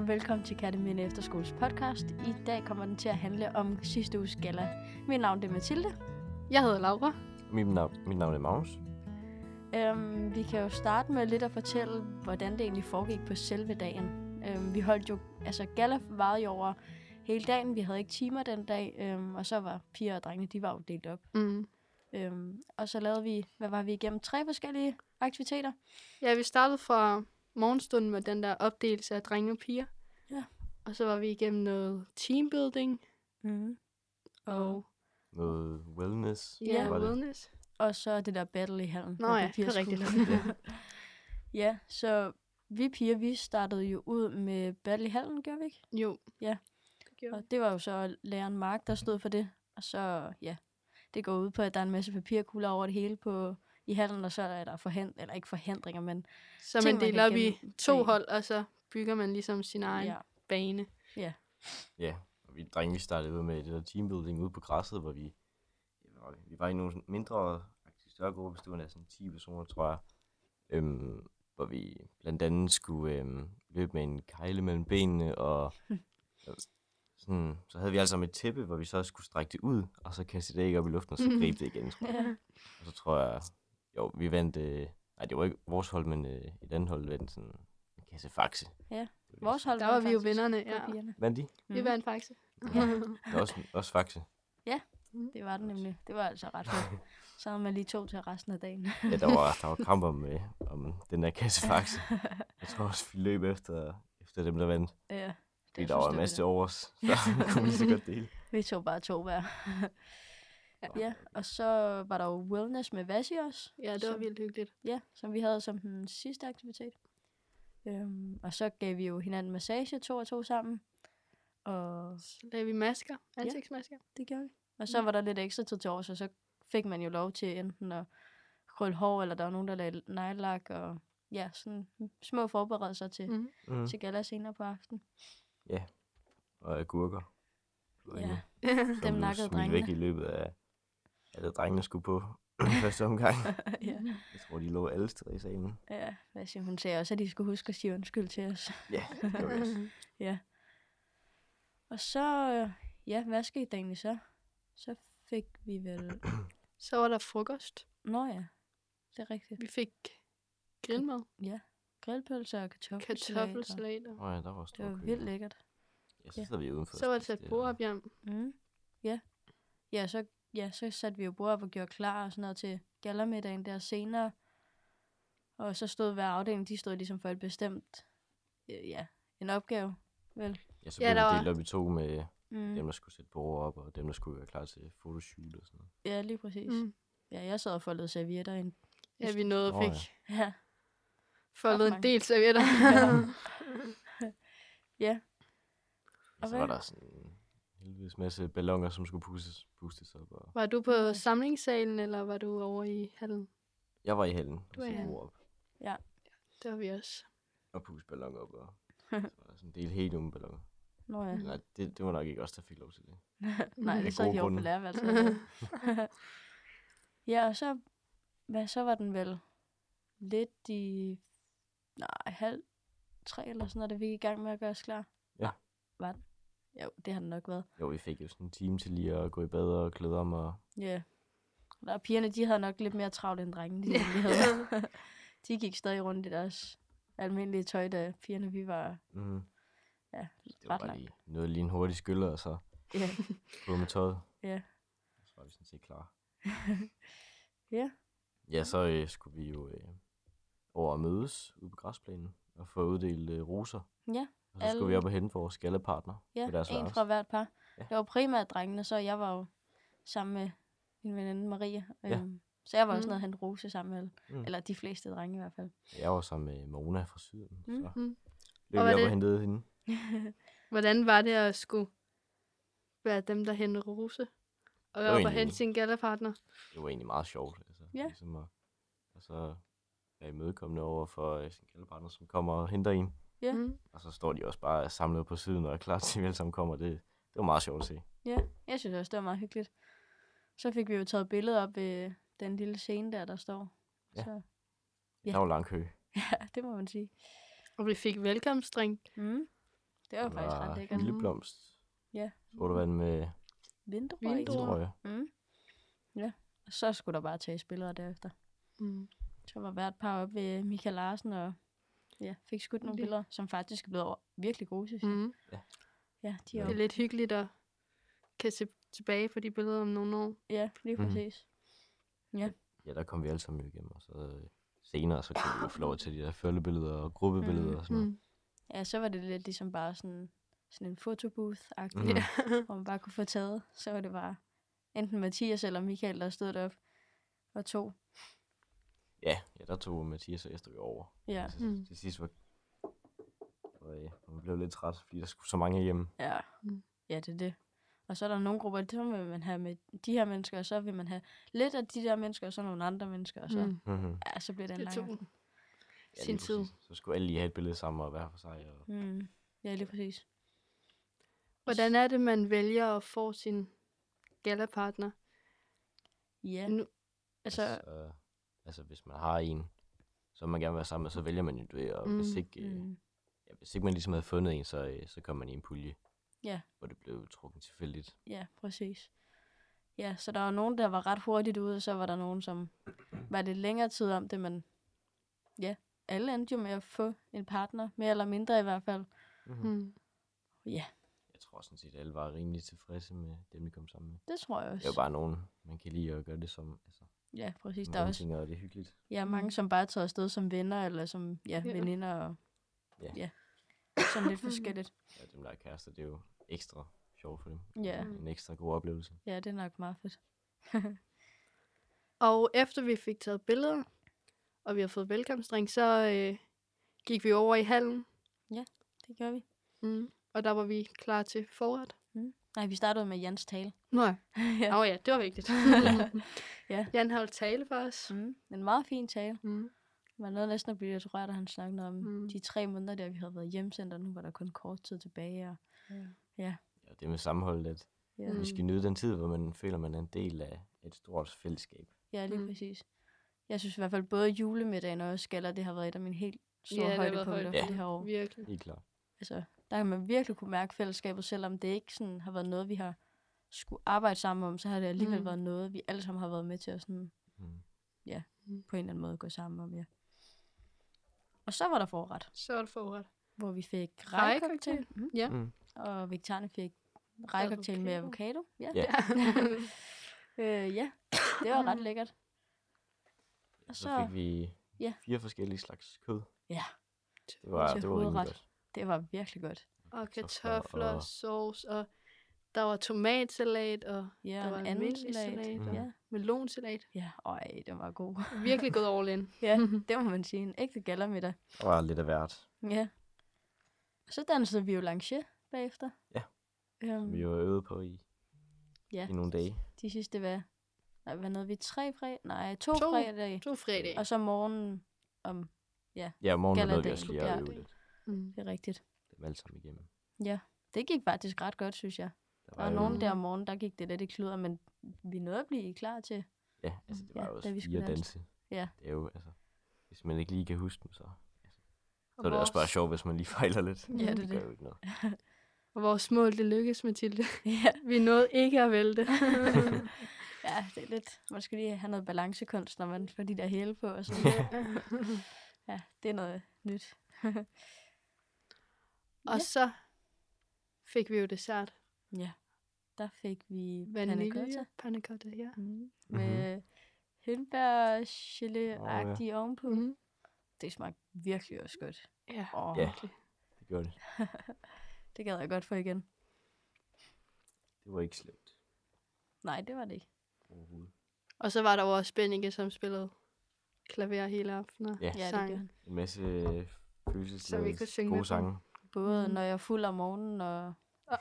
og velkommen til Katteminde Efterskoles podcast. I dag kommer den til at handle om sidste uges galla. Mit navn er Mathilde. Jeg hedder Laura. Mit navn er Magnus. Vi kan jo starte med lidt at fortælle, hvordan det egentlig foregik på selve dagen. Vi holdt jo, galla varede jo over hele dagen. Vi havde ikke timer den dag, og så var piger og drenge, de var jo delt op. Og så lavede vi, hvad var vi igennem? 3 forskellige aktiviteter. Ja, vi startede fra morgenstunden med den der opdelelse af drenge og piger. Ja. Og så var vi igennem noget teambuilding. Og noget wellness. ja, wellness. Og så det der battle i hallen. Nå ja, det er rigtigt. Ja, så vi piger, vi startede jo ud med battle i hallen, gør vi ikke? Jo. Ja. Det gjorde. Og det var jo så læreren Mark, der stod for det. Og så, ja, det går ud på, at der er en masse papirkugler over det hele i hallen, og så er der ikke forhindringer, men Så ting, man man deler kan op i gennem- 2 hold, og så bygger man ligesom sin egen ja, bane. Ja, og vi drenge, vi startede ud med det der teambuilding ude på græsset, hvor vi var i nogle mindre, større grupper, hvis det var sådan 10 personer, tror jeg. Hvor vi blandt andet skulle løbe med en kejle mellem benene, og sådan, så havde vi altså et tæppe, hvor vi så skulle strække det ud, og så kaste det ikke op i luften, og så gribe det igen, tror jeg. Og så tror jeg, vi vandt, nej, det var ikke vores hold, men et andet hold vandt sådan en kasse fakse. Ja, vores hold Der var vi jo faktisk vinderne, på ja. pigerne. Vandt de? Vi vandt faktisk. Ja, Det var også fakse. det var det nemlig. Det var altså ret fedt. Så havde man lige 2 til resten af dagen. Ja, der var kamp om den der kasse fakse. Jeg tror også, vi løb efter dem, der vandt. Ja, Fordi der var en masse over os, så kunne vi så godt dele. Vi tog bare 2 hver. Ja, og så var der jo wellness med Vasi også. Ja, det var vildt hyggeligt. Ja, som vi havde som den sidste aktivitet. Og så gav vi jo hinanden massage 2 og 2 sammen. Og Så lavede vi masker, ansigtsmasker. det gjorde vi. Og så var der lidt ekstra tid til års, og så fik man jo lov til enten at krølle hår, eller der var nogen, der lavede neglelak, og ja, sådan små forberedelser til galla senere på aftenen. Ja, og agurker. Ja, Som dem blev nakkede smidt væk i drengene. løbet af det, drengene skulle på første omgang. Ja. Jeg tror, de lå alle steder i salen. Ja, Vasi, hun sagde også, at de skulle huske at sige undskyld til os. Ja, det gjorde vi også. Ja. Og så, hvad skete der egentlig så? Så fik vi vel... Så var der frokost. Nå ja, det er rigtigt. Vi fik grillmad. Ja, grillpølser og kartoffelsalat. Kartoffelsalat. Nå ja, der var stor Det var kø. vildt lækkert. Ja, så sad vi udenfor. Så var det sat bord op, Jan. Ja. Så satte vi jo bord op og gjorde klar og sådan noget til gallermiddagen der senere. Og så stod hver afdeling, de stod ligesom for et bestemt, en opgave, vel? Ja, så Ja, blev der vi var- delt op i 2 med dem, der skulle sætte bord op, og dem, der skulle være klar til fotoshoot og sådan noget. Ja, lige præcis. Ja, jeg sad og foldede servietter ind. Ja, vi nåede og Nå, fik Ja. foldet mange. en del servietter. Ja. Og så hvad? var der sådan en helvedes masse balloner, som skulle pustes op. Og Var du på samlingssalen, eller var du over i hallen? jeg var i hallen, Du var og i så hallen. bord op. Det var vi også. Og puste balloner op, og så var der sådan en del heliumballoner. Nå ja. Nej, det var nok ikke os, der fik lov til det. Nej, Af det sad gode de over på grunde. lærerværelset. Ja, og så var den vel lidt i, 2:30 eller sådan noget, da vi gik i gang med at gøre os klar. Ja. Var den? Jo, det har den nok været. Jo, vi fik jo sådan en time til lige at gå i bad og klæde om, og Ja. Og pigerne, de havde nok lidt mere travlt end drengene, de egentlig havde. De gik stadig rundt i deres almindelige tøj, da pigerne, vi var det var ret bare langt. lige en hurtig skyller, og så Ja. på med tøjet. Ja. Så var vi sådan set klar. Ja. Ja, så skulle vi jo over og mødes ude på græsplænen og få uddelt roser. Ja. Og så skulle vi op og hente vores gallepartner Ja, på deres en værelse. fra hvert par. Ja. Det var primært drengene, så jeg var jo sammen med min veninde Marie. Ja. Så jeg var også nede og hente rose sammen med, Mm. eller de fleste drenge i hvert fald. Jeg var sammen med Mona fra Syden, så løb Og vi var op det- og hentede hende. Hvordan var det at skulle være dem, der hentede rose? Og var op og egentlig- hente sin gallerpartner? Det var egentlig meget sjovt. Altså, Ja. ligesom og så være imødekommende over for sin gallepartner, som kommer og henter en. Ja. Og så står de også bare samlet på siden og er klar til, at vi alle sammen kommer. Det var meget sjovt at se. Ja, jeg synes også, det var meget hyggeligt. Så fik vi jo taget billeder op ved den lille scene der står. Ja. Så, Ja. Der var lang kø. ja, det må man sige. Og vi fik velkomstdrink. Mm. Det var faktisk ret lækkert. Hyldeblomst. Ja. Sodavand med Vinterrøg. vindrøg. Mm. Ja. Og så skulle der bare tages billeder derefter. Mm. Så var hvert par op ved Michael Larsen og fik skudt nogle billeder, som faktisk er blevet virkelig gode, synes jeg. Mm. Ja, de er Det er lidt hyggeligt at kan se tilbage på de billeder om nogle år. Ja, lige præcis. Ja, der kom vi alle sammen jo igennem, og så senere, så kunne vi jo få lov til de der følgebilleder og gruppebilleder og sådan noget. Ja, så var det lidt ligesom bare sådan en fotobooth-agtig, hvor man bare kunne få taget. Så var det bare enten Mathias eller Michael, der stod deroppe og tog. Ja, der tog Mathias og Esther over. Ja. Altså, til sidst var man blev lidt træt, fordi der skulle så mange hjemme. Ja. Ja, det er det. Og så er der nogle grupper, så vil man have med de her mennesker, og så vil man have lidt af de der mennesker, og så nogle andre mennesker, og så, så bliver det en lang aften. Sin tid. Så skulle alle lige have et billede sammen og hver for sig. Og... Ja, lige præcis. Hvordan er det, man vælger at få sin gala-partner? Ja, altså, hvis man har en, så man gerne være sammen med, så vælger man jo det, og hvis ikke man ligesom havde fundet en, så kom man i en pulje. Ja. Hvor det blev trukket tilfældigt. Ja, præcis. Ja, så der var nogen, der var ret hurtigt ude, og så var der nogen, som var lidt længere tid om det, men ja, alle endte jo med at få en partner, mere eller mindre i hvert fald. Ja. Jeg tror sådan set, at alle var rimelig tilfredse med dem, de kom sammen med. Det tror jeg også. Det er jo bare nogen, man kan lide at gøre det som. Altså, ja, præcis. Der er også ting, og det er hyggeligt. Ja, mange, som bare tager afsted som venner, eller som veninder, og sådan lidt forskelligt. Ja, dem der er kærester, det er jo ekstra sjovt for dem. Ja. En ekstra god oplevelse. Ja, det er nok meget fedt. Og efter vi fik taget billeder, og vi har fået velkomstdrink, så gik vi over i hallen. Ja, det gjorde vi. Og der var vi klar til forret. Nej, vi startede med Jans tale. Nej. Ja, det var vigtigt. Ja. Jan holdt tale for os. En meget fin tale. Man nåede næsten at blive lidt rørt, da han snakkede om de 3 måneder, der vi havde været hjemsendt, og nu var der kun kort tid tilbage. Og, ja, det med sammenholdet, at vi skal nyde den tid, hvor man føler, man er en del af et stort fællesskab. Ja, lige præcis. Jeg synes i hvert fald, både julemiddagen og også galler, det har været et af mine helt store højdepunkter for det her år. Virkelig. Helt klart. Altså, der kan man virkelig kunne mærke fællesskabet, selvom det ikke sådan har været noget, vi har skulle arbejde sammen om, så har det alligevel været noget, vi alle sammen har været med til at sådan, på en eller anden måde gå sammen om, Og så var der forret. Hvor vi fik rejcocktail. Ja. Og vegetarerne fik rejcocktail med avocado. Ja. Det var ret lækkert. Og så fik vi 4 forskellige slags kød. Ja. Det var rimelig godt. Det var virkelig godt. Og kartofler, sovs, og der var tomatsalat, og der var almindelig salat, og melonsalat. Ja, den var god. Virkelig gået all in. Ja, det må man sige. En ægte gallermiddag. Det var lidt af hvert. Ja. Så dansede vi jo lancier bagefter. Ja, som vi var øvet på i nogle dage. De sidste hvad nåede vi? 2 fredage. 2 fredage. Og så morgenen om, morgenen nåede vi også lige at øve lidt. Det er rigtigt. Det var alt sammen igennem. Ja, det gik faktisk ret godt, synes jeg. Der var nogen der om morgenen, der gik det lidt i kluder, men vi nåede at blive klar til. Ja, altså det var jo også 4 danse. Ja. Det er jo, altså, hvis man ikke lige kan huske dem, så er det også bare sjovt, hvis man lige fejler lidt. Ja, det gør jo ikke noget. Og vores mål, det lykkedes, Mathilde. Ja. Vi nåede ikke at vælte. Ja, det er lidt. Man skal lige have noget balancekunst, når man får de der hæle på. Og sådan. Ja, det er noget nyt. Og så fik vi jo dessert. Ja, der fik vi panna cotta, ja. Med hindbær-gelé-agtige ovenpå. Det smagte virkelig også godt. Ja, det gjorde det. Det gad jeg godt for igen. Det var ikke slemt. Nej, det var det ikke. Og så var der jo også Bennike, som spillede klaver hele aftenen. Ja, det gjorde han. En masse følelsesladede gode sange. Både når jeg er fuld om morgenen, og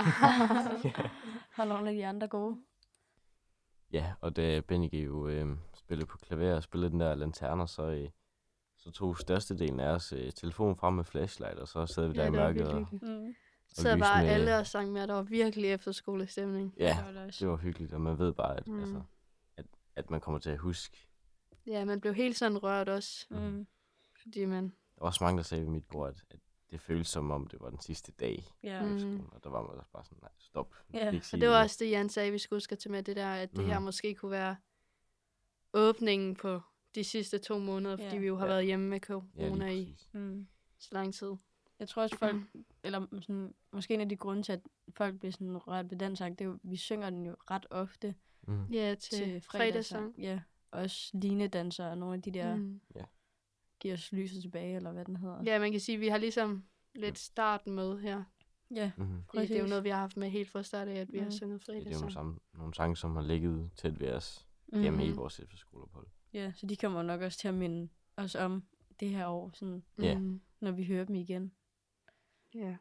har nogle af de andre gode. Ja, og da Bennike jo spillede på klaver og spillede den der lanterner, så tog størstedelen af os telefonen frem med flashlight, og så sad vi der i mørket. Så var alle og sang med, der var virkelig efterskolestemning. Ja, det var hyggeligt, og man ved bare, at man kommer til at huske. Ja, man blev helt sådan rørt også. Fordi man... Der var også mange, der sagde ved mit bord, at det føltes som om, det var den sidste dag. Og der var man bare sådan, nej, stop. Og det var også det, Jan sagde, vi skulle huske til med det der, at det her måske kunne være åbningen på de sidste 2 måneder, fordi vi jo har været hjemme med corona i så lang tid. Jeg tror også folk, eller sådan, måske en af de grunde til, at folk bliver sådan ret bedansagt, det er jo, vi synger den jo ret ofte. Ja, til fredagssang. Ja, også linedanser og nogle af de der, giver os lyset tilbage, eller hvad den hedder. Ja, man kan sige, at vi har ligesom lidt starten med her. Ja, præcis. Det er jo noget, vi har haft med helt fra start af, at vi har sunget fredagssang. Det er jo nogle sange, som har ligget tæt ved os gennem hele vores efterskoleophold. Ja, så de kommer nok også til at minde os om det her år, sådan, når vi hører dem igen. Ja.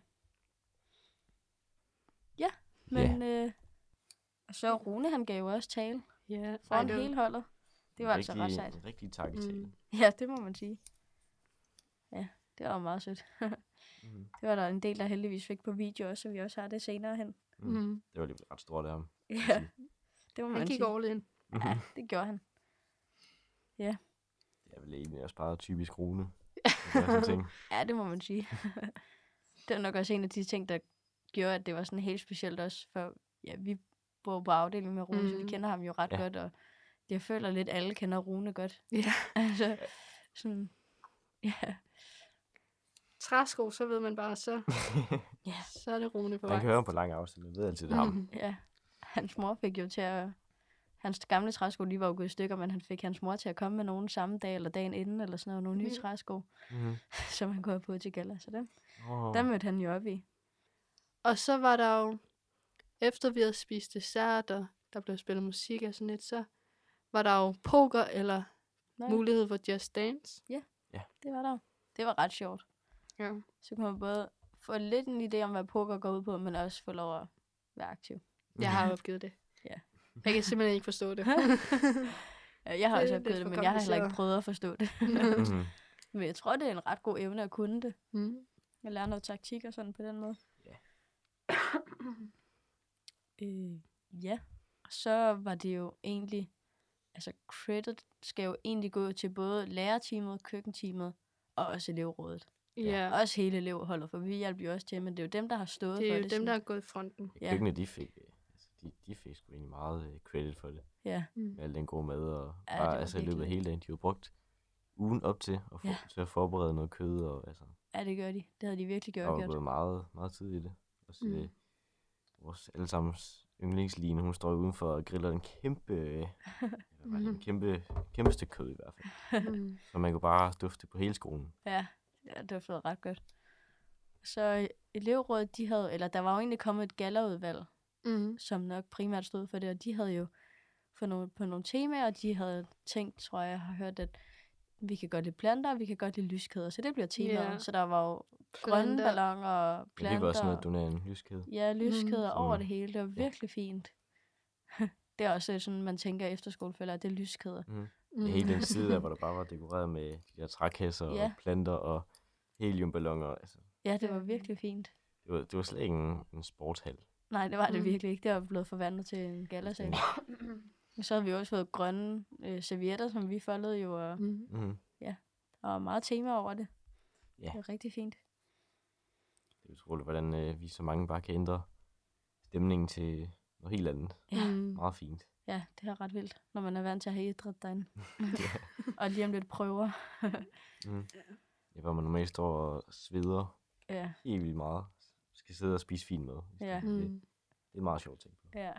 Ja, men så Rune, han gav jo også tale foran hele holdet. Det var altså ret sejt. En rigtig takketale. Ja, det må man sige. Ja, det var meget sødt. Det var der en del, der heldigvis fik på video også, så vi også har det senere hen. Det var lige ret stort af ham. Ja, det må man sige. Han gik all in. Ja, det gjorde han. Ja. Det er vel egentlig også bare typisk Rune. Ja, det må man sige. Det var nok også en af de ting, der gjorde, at det var sådan helt specielt også, for vi bor på afdelingen med Rune, så vi kender ham jo ret godt, og jeg føler lidt, at alle kender Rune godt. Ja. Altså, sådan, Træsko, så ved man bare, så er det Rune på vej. Man kan høre på lang afstand, jeg ved altid, det er ham. Ja, hans mor fik jo til at... Hans gamle træsko, de var jo gået i stykker, men han fik hans mor til at komme med nogen samme dag, eller dagen inden, eller sådan noget, nogle nye træsko, som han går på til galla. Så dem mødte han jo op i. Og så var der jo, efter vi havde spist dessert, og der blev spillet musik og sådan lidt, så var der jo poker, eller mulighed for Just Dance. Ja, det var der. Det var ret sjovt. Ja. Så kunne man både få lidt en idé om, hvad poker går ud på, men også få lov at være aktiv. Jeg har opgivet det. Ja. Jeg kan simpelthen ikke forstå det. Jeg har også opgivet det, men jeg har heller ikke prøvet at forstå det. Men jeg tror, det er en ret god evne at kunne det. Jeg lærer noget taktik og sådan på den måde. Ja. Så var det jo egentlig, altså credit skal jo egentlig gå til både lærerteamet, køkkenteamet og også elevrådet. Ja. Også hele elevholdet, for vi hjælper jo også til, men det er jo dem, der har stået for det. Det er jo dem, der har gået i fronten. Køkkenet, de fik sgu egentlig meget credit for det. Ja. Med al den gode mad, og bare altså i løbet af hele dagen, de har brugt ugen op til at forberede noget kød. Og, altså, ja, det gør de. Det havde de virkelig gjort. Der var gået meget, meget tid i det. Også vores allesammens yndlingsline, hun står udenfor og griller en kæmpe stykke kød i hvert fald. Så man kunne bare dufte på hele skolen. Ja, det var ret godt. Så elevrådet, der var jo egentlig kommet et gallaudvalg, som nok primært stod for det, og de havde jo på nogle temaer, og de havde tænkt, tror jeg har hørt, at vi kan godt lide planter, og vi kan godt lide lyskæder, så det bliver temaet. Så der var jo grønne balloner og planter. Det var også noget, donere en lyskæde. Ja, lyskæder over det hele, det var virkelig fint. Det er også sådan, man tænker efterskolefølger, at det er lyskæder. Hele den side der, hvor der bare var dekoreret med de her trækasser og planter og heliumballoner. Altså. Ja, det var virkelig fint. Det var slet ikke en sportshal. Nej, det var det virkelig ikke. Det var blevet forvandlet til en gallasal. Og så havde vi også fået grønne servietter, som vi foldede jo. Og, ja, der var meget tema over det. Ja. Det var rigtig fint. Det er utroligt, hvordan vi så mange bare kan ændre stemningen til noget helt andet. Ja. Meget fint. Ja, det er ret vildt, når man er vant til at have idræt derinde. Og lige om lidt prøver. Ja, hvor man normalt står og sveder helt vildt meget. Skal sidde og spise fin mad. Ja. Det er meget sjovt ting. Ja.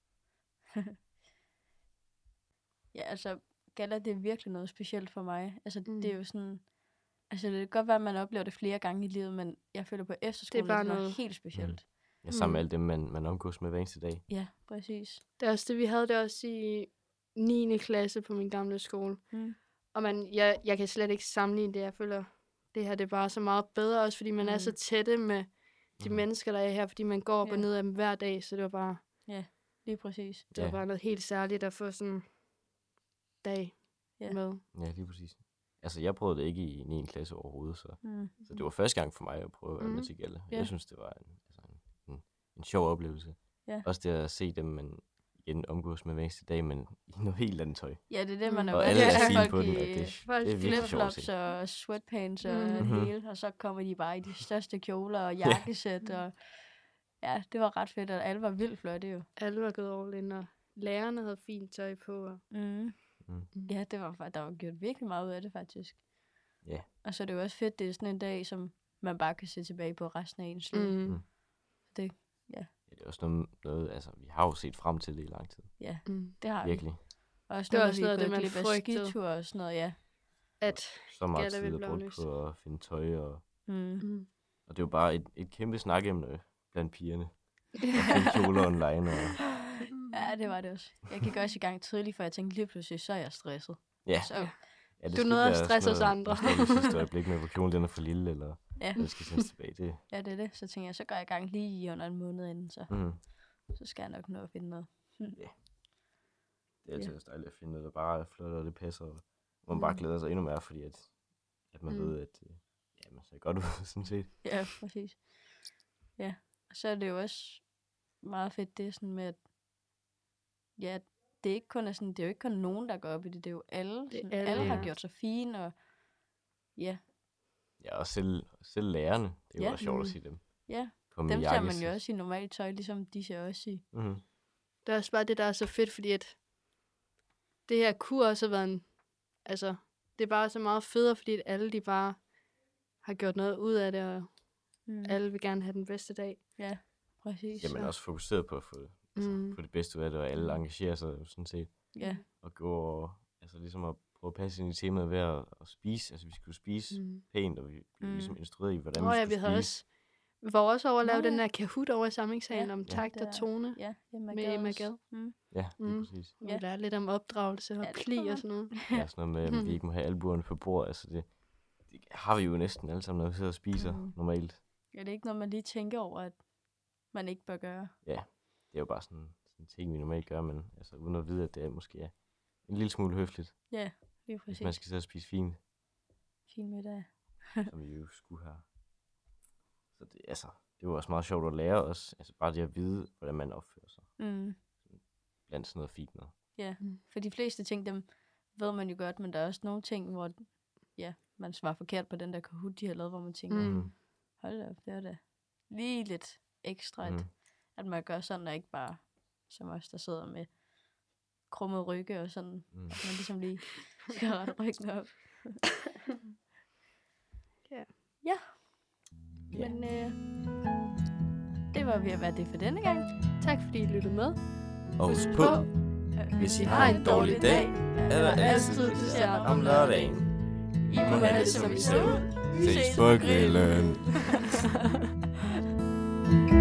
Ja, altså, galla, det er virkelig noget specielt for mig. Altså, det er jo sådan... Altså, det kan godt være, at man oplever det flere gange i livet, men jeg føler på efterskolen, det er noget helt specielt. Ja, sammen med alle dem, man omgås med hver eneste dag. Ja, præcis. Det er også det, vi havde det også i 9. klasse på min gamle skole. Og jeg kan slet ikke sammenligne det. Jeg føler, det her det er bare så meget bedre, også fordi man er så tætte med de mennesker, der er her, fordi man går op og ned af dem hver dag, så det var bare... Ja, lige præcis. Det var bare noget helt særligt at få sådan en dag med. Ja, lige præcis. Altså, jeg prøvede det ikke i 9. klasse overhovedet, så det var første gang for mig at prøve at være med til galla. Jeg synes, det var en sjov oplevelse. Også det at se dem, man igen omgås med hver eneste dag, men i noget helt andet tøj. Ja, det er det, man er Og vant alle til. er fine Folk på den, og i det er virkelig sjovt at flip-flops se. og sweatpants og det hele, og så kommer de bare i de største kjoler og Ja. jakkesæt, og ja, det var ret fedt, og alle var vildt flotte jo. Alle var gået all in, og lærerne havde fint tøj på. Og... Ja, der var gjort virkelig meget ud af det, faktisk. Ja. Og så er det jo også fedt, det er sådan en dag, som man bare kan se tilbage på resten af ens liv. Det, Ja, det er også noget, altså, vi har jo set frem til det i lang tid. ja, det har vi. Virkelig. Og også Det var når også vi er noget af det, gået man glip af frygtede. skitur og sådan noget, ja. At Så meget Galla tid ville er blive brugt aflyst. på at finde tøj, og Mm. det er jo bare et kæmpe snagemne blandt pigerne. At finde kjoler online. Og, Ja, det var det også. Jeg gik også i gang tidligt, for jeg tænkte lige pludselig, så er jeg stresset. ja, Så, ja, det Du skal nåede ikke at være stresse sådan os noget, andre. man står i sidste øjeblik med, hvor kjolen den er for lille, eller ja. det skal sendes tilbage. Det, Ja, det er det. Så tænkte jeg, så går jeg i gang lige under en måned inden, så skal jeg nok nå at finde noget. det er altid også dejligt at finde noget, der bare er flot, og det passer, og hvor man bare glæder sig endnu mere, fordi at man ved, at ja, man ser godt ud, sådan set. Ja, præcis. Ja, og så er det jo også meget fedt, det er sådan med, at ja, det er ikke kun sådan, det er jo ikke kun nogen, der går op i det, det er jo alle. Det er Sådan, alle, alle har ja. gjort sig fine, og ja, Ja, og selv lærerne, det er jo Ja. også sjovt at se dem. ja. På Dem ser man jo også i normalt tøj, ligesom de ser også i. Mm-hmm. Det er også bare det, der er så fedt, fordi at det her kunne også have været en... Altså, det er bare så meget federe, fordi at alle de bare har gjort noget ud af det, og alle vil gerne have den bedste dag. Ja, præcis. Jamen også fokuseret på at få det bedste ud af det, og alle engagerer sig jo sådan set. Ja, Og gå og altså ligesom at prøve at passe ind i temaet ved at spise. Altså vi skulle spise pænt, og vi blev ligesom instrueret i, hvordan vi Ja, skulle vi havde spise. også... Vi var også over at lave Nå, ja. den der Kahoot over i samlingssalen Ja, om takt det og er- tone. ja, Med Emma Gad. Ja, lige præcis. Vi lærte lidt om opdragelse og Ja, det pli var og godt. sådan noget. Ja, sådan noget med, at vi ikke må have albuerne på bordet. Altså det har vi jo næsten alle sammen, når vi sidder og spiser normalt. Ja, det er ikke noget, man lige tænker over, at man ikke bør gøre. Ja, det er jo bare sådan en ting, vi normalt gør, men altså uden at vide, at det måske er en lille smule høfligt, Ja, lige hvis præcis. man skal sidde og spise fint, Fin middag. som vi jo skulle have. Så det, altså, det var også meget sjovt at lære os, altså bare det at vide, hvordan man opfører sig blandt sådan noget fint noget. Ja, for de fleste ting, dem ved man jo godt, men der er også nogle ting, hvor ja, man svarer forkert på den der Kahoot, de har lavet, hvor man tænker, hold da op, det er da lige lidt ekstra, at man gør sådan, og ikke bare som os, der sidder med krummet rygge og sådan, at man ligesom lige skal rette ryggen op. Ja. Men det var ved at være det for denne gang. Tak fordi I lyttede med. Og husk på, hvis I har en dårlig dag, er der altid dessert om lørdagen. I må have det, som I ser ud. Ses på grillen.